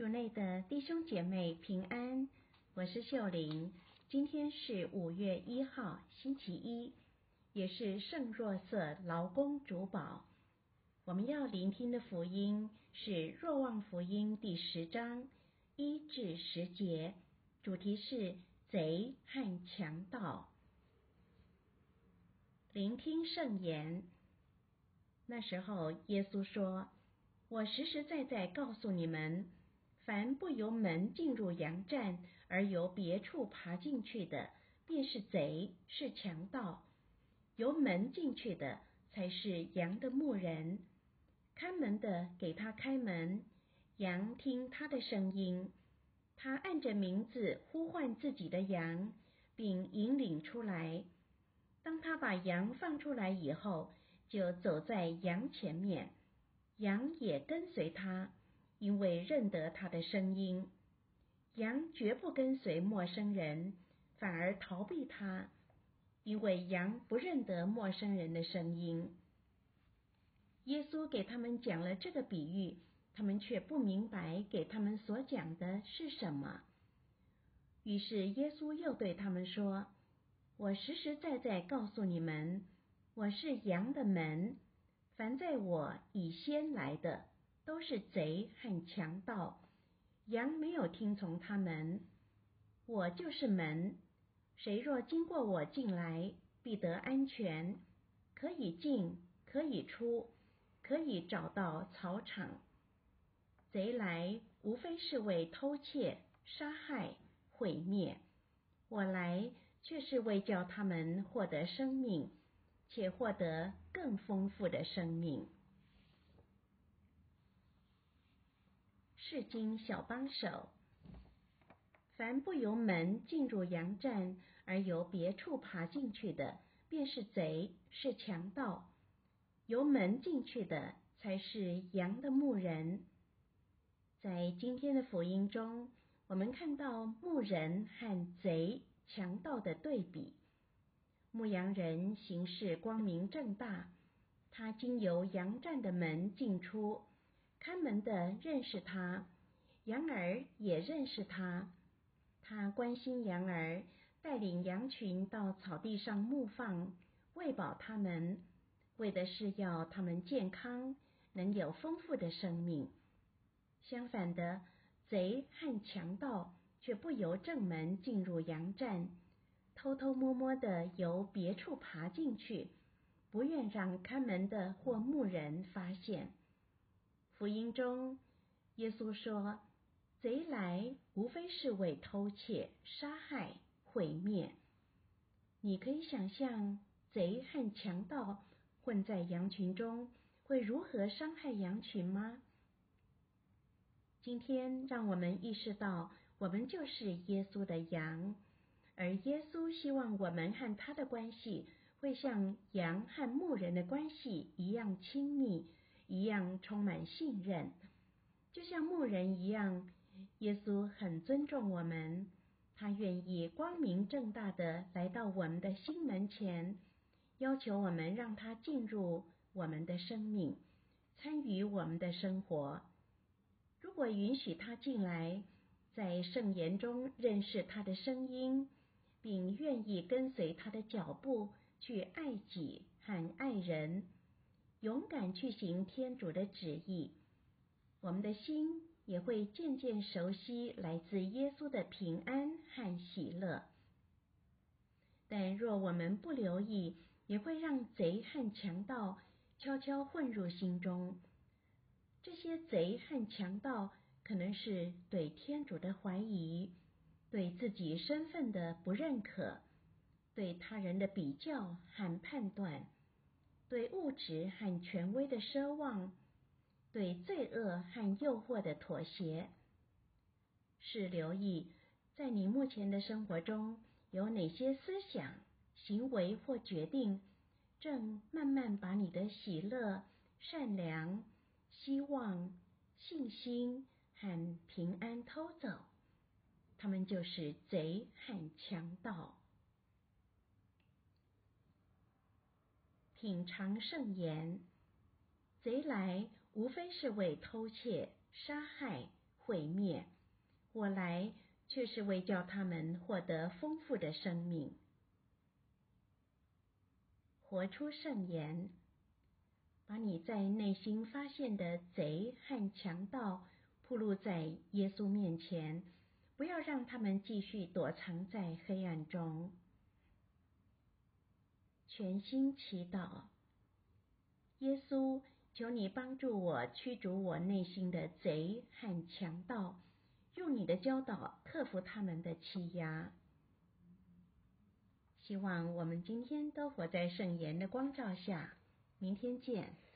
主内的弟兄姐妹平安，我是秀玲。今天是5月1号，星期一，也是圣若瑟劳工主保。我们要聆听的福音是若望福音第10章1至10节，主题是贼和强盗。聆听圣言。那时候耶稣说，我实实在在告诉你们，凡不由门进入羊站，而由别处爬进去的，便是贼，是强盗。由门进去的，才是羊的牧人。看门的给他开门，羊听他的声音。他按着名字呼唤自己的羊，并引领出来。当他把羊放出来以后，就走在羊前面，羊也跟随他，因为认得他的声音。羊绝不跟随陌生人，反而逃避他，因为羊不认得陌生人的声音。耶稣给他们讲了这个比喻，他们却不明白给他们所讲的是什么。于是耶稣又对他们说，我实实在在告诉你们，我是羊的门，凡在我以先来的，都是贼和强盗，羊没有听从他们。我就是门，谁若经过我进来，必得安全，可以进，可以出，可以找到草场。贼来，无非是为偷窃、杀害、毁灭。我来，却是为叫他们获得生命，且获得更丰富的生命。释经小帮手。凡不由门进入羊站，而由别处爬进去的，便是贼，是强盗。由门进去的，才是羊的牧人。在今天的福音中，我们看到牧人和贼、强盗的对比。牧羊人行事光明正大，他经由羊站的门进出，看门的认识他，羊儿也认识他。他关心羊儿，带领羊群到草地上牧放，喂饱他们，为的是要他们健康，能有丰富的生命。相反的，贼和强盗却不由正门进入羊站，偷偷摸摸的由别处爬进去，不愿让看门的或牧人发现。福音中，耶稣说，贼来，无非是为偷窃、杀害、毁灭。你可以想象，贼和强盗混在羊群中，会如何伤害羊群吗？今天让我们意识到，我们就是耶稣的羊，而耶稣希望我们和他的关系会像羊和牧人的关系一样亲密，一样充满信任。就像牧人一样，耶稣很尊重我们，他愿意光明正大的来到我们的心门前，要求我们让他进入我们的生命，参与我们的生活。如果允许他进来，在圣言中认识他的声音，并愿意跟随他的脚步去爱己和爱人，勇敢去行天主的旨意，我们的心也会渐渐熟悉来自耶稣的平安和喜乐。但若我们不留意，也会让贼和强盗悄悄混入心中。这些贼和强盗可能是对天主的怀疑，对自己身份的不认可，对他人的比较和判断，对物质和权威的奢望，对罪恶和诱惑的妥协。是留意，在你目前的生活中，有哪些思想、行为或决定，正慢慢把你的喜乐、善良、希望、信心和平安偷走。他们就是贼和强盗。品尝圣言。贼来，无非是为偷窃、杀害、 毁灭，我来却是为叫他们获得丰富的生命。活出圣言，把你在内心发现的贼和强盗暴露在耶稣面前，不要让他们继续躲藏在黑暗中。全心祈祷，耶稣，求你帮助我驱逐我内心的贼和强盗，用你的教导克服他们的欺压。希望我们今天都活在圣言的光照下，明天见。